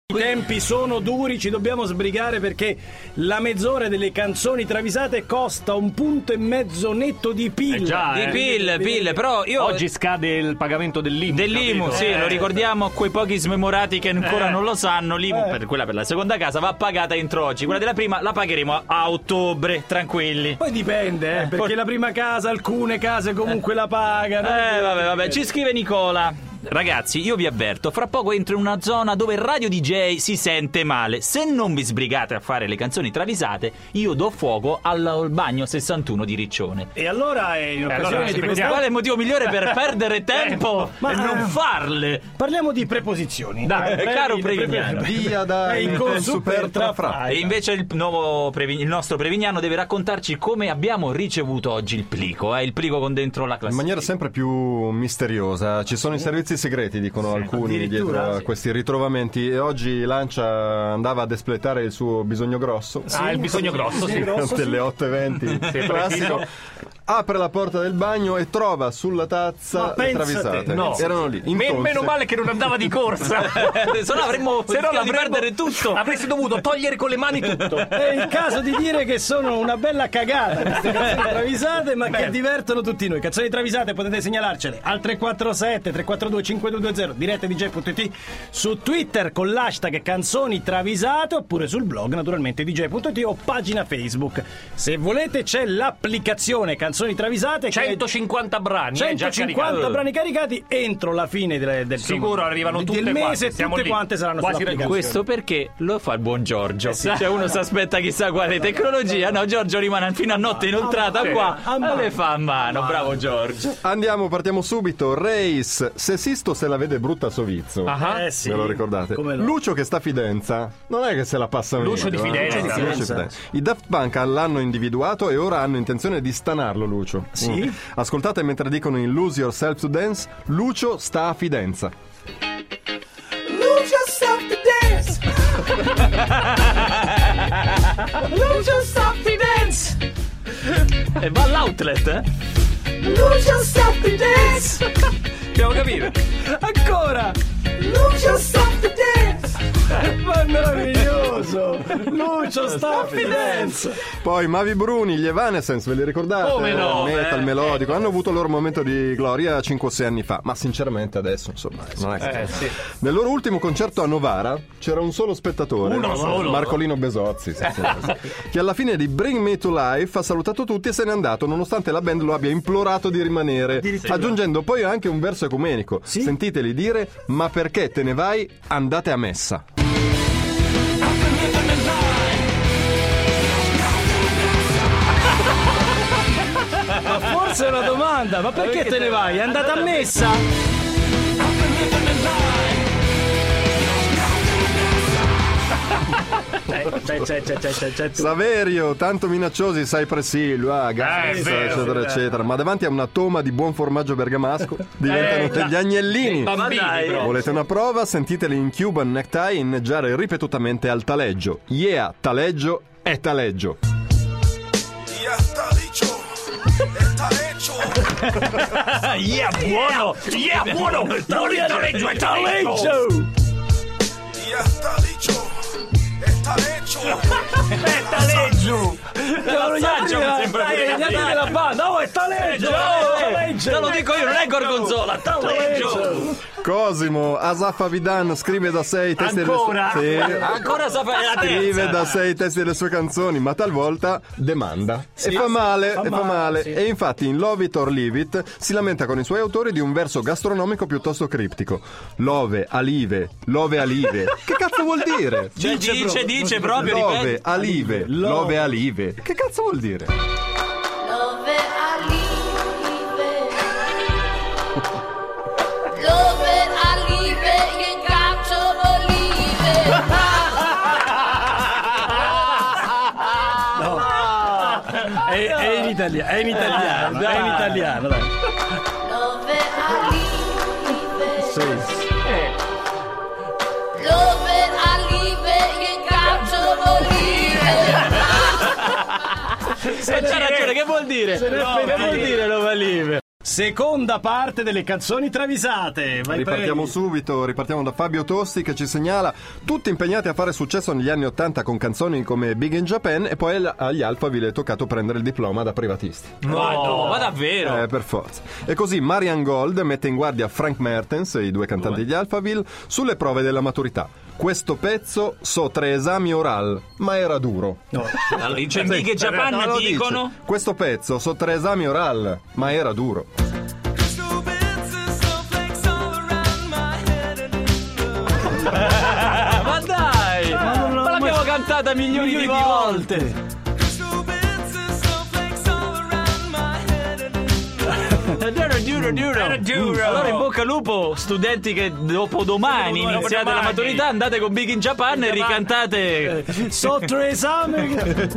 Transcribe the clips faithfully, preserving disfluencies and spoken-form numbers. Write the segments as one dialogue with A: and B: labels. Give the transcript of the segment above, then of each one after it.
A: I tempi sono duri, ci dobbiamo sbrigare perché la mezz'ora delle canzoni travisate costa un punto e mezzo netto di P I L.
B: Eh già,
C: Di
B: eh.
C: P I L, P I L, però io...
B: Oggi scade il pagamento dell'I M U.
C: Dell'I M U, sì,
B: Eh.
C: lo ricordiamo a quei pochi smemorati che ancora
B: Eh.
C: non lo sanno. L'I M U,
A: Eh.
C: per quella per la seconda casa, va pagata entro oggi. Quella della prima la pagheremo a, a ottobre, tranquilli.
A: Poi dipende, eh, perché
C: for-
A: la prima casa, alcune case comunque la pagano.
C: Eh, vabbè, vabbè, ci scrive Nicola. Ragazzi, io vi avverto, fra poco entro in una zona dove il radio D J si sente male. Se non vi sbrigate a fare le canzoni travisate, io do fuoco al, al bagno sessantuno di Riccione.
A: E allora è in occasione
B: allora,
A: di
B: aspettiamo.
A: questa...
C: Qual è il motivo migliore per perdere tempo
A: Ma-
C: e non farle?
A: Parliamo di preposizioni.
C: Dai,
A: Brevi,
C: caro
A: le
C: Prevignano.
A: preposizioni.
D: Via da
A: È in corso super tra fra.
C: E invece il, nuovo Previ- il nostro Prevignano deve raccontarci come abbiamo ricevuto oggi il plico, eh, il plico con dentro la
D: In
C: classifica.
D: maniera sempre più misteriosa. Ci sono i servizi segreti, dicono alcuni,
A: addirittura,
D: dietro a
A: sì.
D: questi ritrovamenti. E oggi Lancia andava ad espletare il suo bisogno grosso.
B: Ah, il bisogno grosso, sì.
A: grosso, sì.
D: Delle otto e venti,
B: Sì,
D: classico.
B: preciso.
D: Apre la porta del bagno e trova sulla tazza
A: Ma
D: le
A: pensa
D: travisate.
A: te,
B: no.
D: Erano lì.
B: Men-
D: intonse.
B: meno male che non andava di corsa.
C: Se no avremmo
B: Se no
C: rischiato di
B: l'avremmo-
C: perdere tutto.
B: Avresti dovuto togliere con le mani tutto.
A: È il caso di dire che sono una bella cagata queste canzoni travisate, ma che
B: Bene.
A: divertono tutti noi. Canzoni travisate potete segnalarcele al tre quattro sette tre quattro due cinque due due zero dirette di j punto it, su Twitter con l'hashtag canzoni travisate, oppure sul blog naturalmente di j punto it o pagina Facebook. Se volete c'è l'applicazione Canzoni Travisate che è
B: centocinquanta brani, eh, già
A: centocinquanta
B: caricati.
A: brani caricati entro la fine del, del
B: Sicuro
A: insomma,
B: arrivano
A: del
B: tutte
A: mese,
B: quante, siamo
A: tutte
B: lì.
A: quante saranno
B: Quasi
A: sull'applicazione.
C: Questo perché lo fa il buon Giorgio.
A: sì.
C: Cioè uno si aspetta chissà quale tecnologia. No, Giorgio rimane fino a notte inoltrata
B: sì.
C: qua
A: A
C: e
A: mano.
C: le fa a mano. Bravo Giorgio.
D: Andiamo, partiamo subito. Race, se Sisto se la vede brutta Sovizzo.
B: Ah,
A: Eh sì.
D: Me lo ricordate?
A: Come no?
D: Lucio che sta a Fidenza non è che se la passa
B: Lucio
D: meglio,
B: di
D: eh.
B: Fidenza.
D: Lucio di
A: Lucio di
D: Fidenza. I Daft Punk l'hanno individuato e ora hanno intenzione di stanarlo, Lucio.
A: Sì?
D: Mm. Ascoltate mentre dicono in Lose Yourself to Dance, Lucio sta a Fidenza.
E: Lose yourself to dance. Lose yourself to dance.
C: E va all'outlet, eh?
E: Lose yourself to dance.
C: Abbiamo capito.
A: Ancora!
E: Lose yourself to dance.
A: Ma è meraviglioso! Lucio sta a Fidenza!
D: Poi Mavi Bruni, gli Evanescence, ve li ricordate?
B: Come no,
D: Metal
B: eh,
D: melodico, hanno avuto il loro momento di gloria cinque o sei anni fa, ma sinceramente adesso insomma non è che...
B: Eh, sì.
D: Nel loro ultimo concerto a Novara c'era un solo spettatore,
B: Uno solo?
D: Marcolino Besozzi, sì, sì, sì, che alla fine di Bring Me to Life ha salutato tutti e se n'è andato, nonostante la band lo abbia implorato di rimanere, aggiungendo poi anche un verso ecumenico.
A: Sì?
D: Sentiteli dire: ma perché te ne vai? Andate a messa.
A: Ma forse è una domanda, ma perché te ne vai? È andata a messa? C'è, c'è, c'è, c'è, c'è, c'è.
D: Saverio, tanto minacciosi Cypress Hill, ah, Gaza,
B: Eh, è vero,
D: eccetera,
B: eh.
D: eccetera. Ma davanti a una toma di buon formaggio bergamasco diventano
B: Eh,
D: degli agnellini.
B: Bambini,
C: dai.
B: però.
D: Volete una prova? Sentiteli in Cuban Necktie inneggiare ripetutamente al taleggio. Yeah, taleggio è taleggio.
F: Ya está dicho, está hecho.
B: Yeah, buono! Yeah, buono! Taleggio, è taleggio!
F: Ya está dicho, está hecho.
B: È taleggio!
C: L'assaggio mi sembra pure
A: Dai,
C: capire.
A: della banda, oh, è taleggio!
C: Oh,
A: è taleggio!
C: te lo dico io, non è Gorgonzola, taleggio.
D: Cosimo, Asaf Avidan scrive da sé i testi
B: Ancora?
D: delle sue... Sì.
C: Ancora sapere la
D: Scrive
C: terza.
D: da sé i testi delle sue canzoni, ma talvolta demanda. e fa male,
A: fa
D: e fa
A: male,
D: male.
A: sì.
D: E infatti in Love It or Leave It si lamenta con i suoi autori di un verso gastronomico piuttosto criptico. Love, alive, love, alive. Che cazzo vuol dire?
C: Cioè, dice, dice, dice proprio,
D: Love,
C: ripeti.
D: alive, love, alive. Che cazzo vuol dire?
G: Love alive. Love alive, che cazzo olive.
A: È, è in italiano, è in italiano, è in italiano, dai.
G: Love alive.
A: Sì.
G: Love alive, che cazzo olive.
C: E c'ha ragione, che vuol dire?
A: ne è
C: No, che
A: pentito.
C: vuol dire Love Alive?
A: Seconda parte delle canzoni travisate. Vai,
D: Ripartiamo
A: prego.
D: subito, ripartiamo da Fabio Tosti che ci segnala: tutti impegnati a fare successo negli anni ottanta con canzoni come Big in Japan, e poi al- agli Alphaville è toccato prendere il diploma da privatisti.
C: No, ma davvero?
D: Eh, per forza. E così Marian Gold mette in guardia Frank Mertens, i due cantanti degli Alphaville, sulle prove della maturità. Questo pezzo so tre esami oral, ma era duro.
C: Allora, in Big
D: Sì,
C: Japan
D: no, lo
C: dicono
D: dice. Questo pezzo so tre esami oral, ma era duro.
C: ma dai, ma,
A: non l'ho
C: l'abbiamo
A: mai-
C: cantata milioni,
A: Milioni
C: di
A: di
C: volte. Duro, duro, duro. Allora in bocca al lupo, studenti che dopo domani
B: Dopo
C: iniziate la
B: domani.
C: maturità, andate con Big in Japan e ricantate.
A: So tre esami.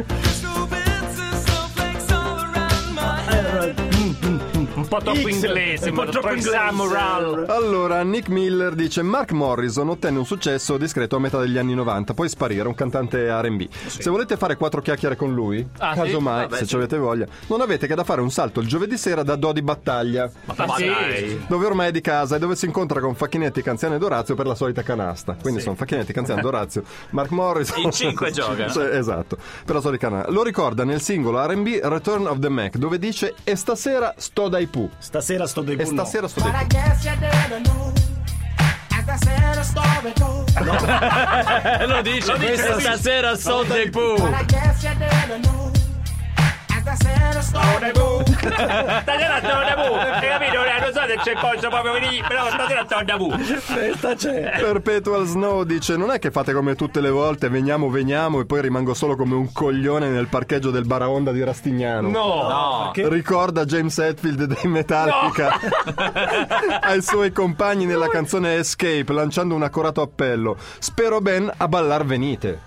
B: Un po' troppo
A: X,
B: inglese,
A: un po'
B: ma
A: troppo
B: tre esami
A: inglese.
B: oral.
D: Allora, Nick Miller dice: Mark Morrison ottenne un successo discreto a metà degli anni novanta, poi sparire, un cantante R and B. Se volete fare quattro chiacchiere con lui,
B: Ah, sì?
D: casomai,
B: Vabbè,
D: se
B: sì.
D: ci avete voglia, non avete che da fare un salto il giovedì sera da Dodi Battaglia,
B: Ma sì.
D: dove ormai è di casa e dove si incontra con Facchinetti, Canziano ed Orazio per la solita canasta. Quindi sono Facchinetti, Canziano ed Orazio, Mark Morrison.
C: In cinque gioca.
D: Sì, esatto, per la solita canasta. Lo ricorda nel singolo R and B Return of the Mac, dove dice: e stasera sto dai Pooh.
A: Stasera sto dei
D: E stasera sto dai
E: But
D: Pooh.
E: I guess you didn't know. As I said, the story goes.
C: Lo dice, questa stasera so dei
E: But
C: Pooh.
E: I guess you didn't know. As I said, the story goes.
B: Stasera sto da bu. Hai capito? Non so se c'è cosa proprio lì, però stasera sto da bu.
A: Questa c'è.
D: Perpetual Snow dice: non è che fate come tutte le volte, veniamo veniamo e poi rimango solo come un coglione nel parcheggio del Baraonda di Rastignano.
B: No.
C: No.
D: Ricorda James Hetfield dei Metallica ai suoi compagni nella canzone Escape, lanciando un accorato appello: spero ben a ballar venite.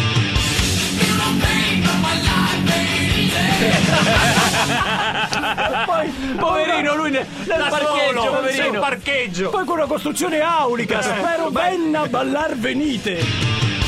C: Poverino lui ne- nel
B: Da
C: parcheggio,
B: solo,
C: poverino.
B: sul parcheggio.
A: Poi con una costruzione aulica. Spero ben a ballar venite.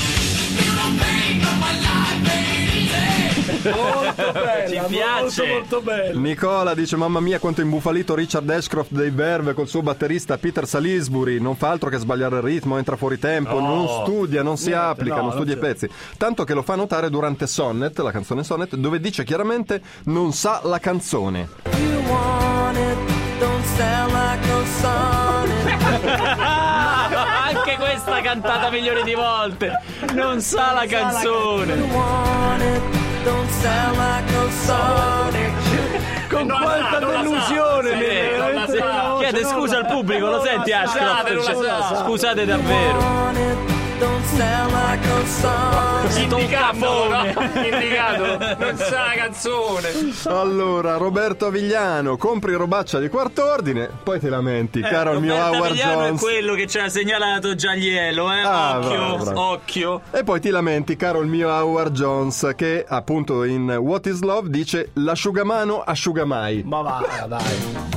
A: Molto bella,
C: Ci
A: molto,
C: piace.
A: molto bella.
D: Nicola dice: mamma mia quanto è imbufalito Richard Ashcroft dei Verve col suo batterista Peter Salisbury, non fa altro che sbagliare il ritmo, entra fuori tempo,
B: No.
D: non studia, non si
A: Niente,
D: applica,
A: no,
D: non
A: non
D: studia i
A: c'è.
D: pezzi, tanto che lo fa notare durante Sonnet, la canzone Sonnet, dove dice chiaramente: non sa la canzone.
E: You want it, don't sound like a sonnet.
C: Anche questa cantata milioni di volte. Non sa la canzone.
E: You want it, don't sound like a sonnet.
A: Con
B: Non la
A: quanta
B: sa, non la sa.
A: delusione.
B: Sì,
A: veramente
B: non la sa.
A: la voce,
C: Chiede
A: non
C: scusa
A: la-
C: al pubblico, lo
A: non
C: senti
A: la sa.
C: Ashcroft?
B: non la sa.
C: Scusate davvero.
E: Want it, don't sound like a sonnet.
B: Indicato, no? Indicato. Non sa la canzone.
D: Allora, Roberto Avigliano, compri robaccia di quart'ordine, poi ti lamenti, caro il mio
C: Eh, Roberto
D: Howard
C: Avigliano è
D: Jones.
C: quello che ci ha segnalato Giaglielo, eh?
D: Ah,
C: occhio,
D: bravo, bravo.
C: occhio.
D: E poi ti lamenti, caro il mio Howard Jones, che appunto in What is Love dice: l'asciugamano asciuga mai.
A: Ma va, dai.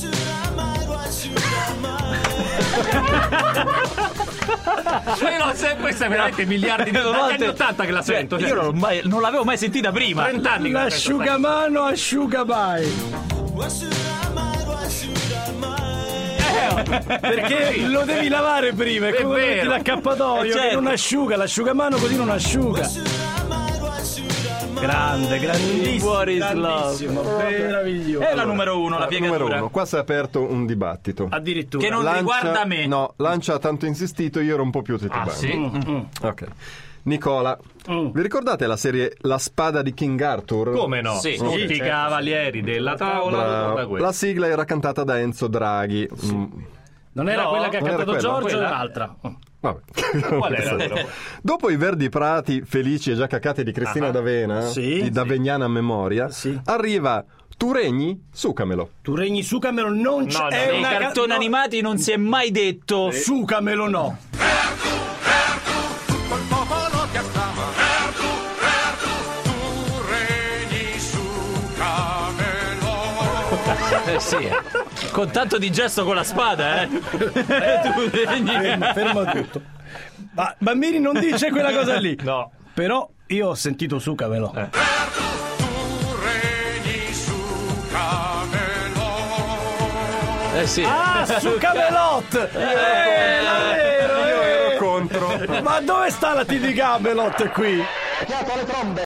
B: Io l'ho sempre, questa è veramente miliardi di dagli anni ottanta che la sento.
C: Io non, mai- non l'avevo mai sentita prima.
B: trenta anni che la sento.
A: L'asciugamano asciuga mai. Perché lo devi lavare prima, è
B: È
A: come
B: vero.
A: metti l'accappatoio
C: Eh, certo.
A: che non asciuga, l'asciugamano così non asciuga. Grande, grandissimo.
C: What is
A: grandissimo, meraviglioso.
C: È la numero uno, la
D: Numero
C: piegatura.
D: uno, qua si è aperto un dibattito.
A: Addirittura.
C: Che non riguarda me.
D: No, Lancia ha tanto insistito, io ero un po' più titubante.
B: Ah, sì?
D: Ok. Nicola,
A: Mm.
D: vi ricordate la serie La spada di King Arthur?
B: Come no?
C: Sì.
B: Tutti
A: Sì,
B: i
A: certo.
B: cavalieri della tavola.
D: Bravo.
B: guarda quello.
D: La sigla era cantata da Enzo Draghi. Mm,
A: Non era
B: No,
A: quella che ha
D: non era
A: cantato
D: quella?
A: Giorgio,
B: Quella?
A: era l'altra.
D: Vabbè.
B: Qual era quello?
D: Dopo i Verdi Prati felici e già cacati di Cristina
B: Ah.
D: D'Avena,
A: Sì,
D: di Davegnana a memoria,
A: Sì.
D: arriva Tu regni, sucamelo.
A: Tu regni sucamelo, non c'è
B: No, no,
A: è
B: nei
C: Nei
A: una ca-
C: cartoni
A: no,
C: animati non si è mai detto.
A: Sucamelo no.
F: Tutto il popolo ti acclama. Ertu, Ertu, tu regni su Camelo.
C: Eh sì, eh. Con tanto di gesto con la spada, eh. Eh, tu regni.
A: Fermo, fermo tutto. Ma bambini non dice quella cosa lì.
B: No.
A: Però io ho sentito sucamelo.
F: Tu regni su Camelo.
C: Eh sì.
A: Ah, su Camelot! Eh, davvero,
D: Io
A: eh.
D: ero contro.
A: Ma dove sta la T di Camelot qui?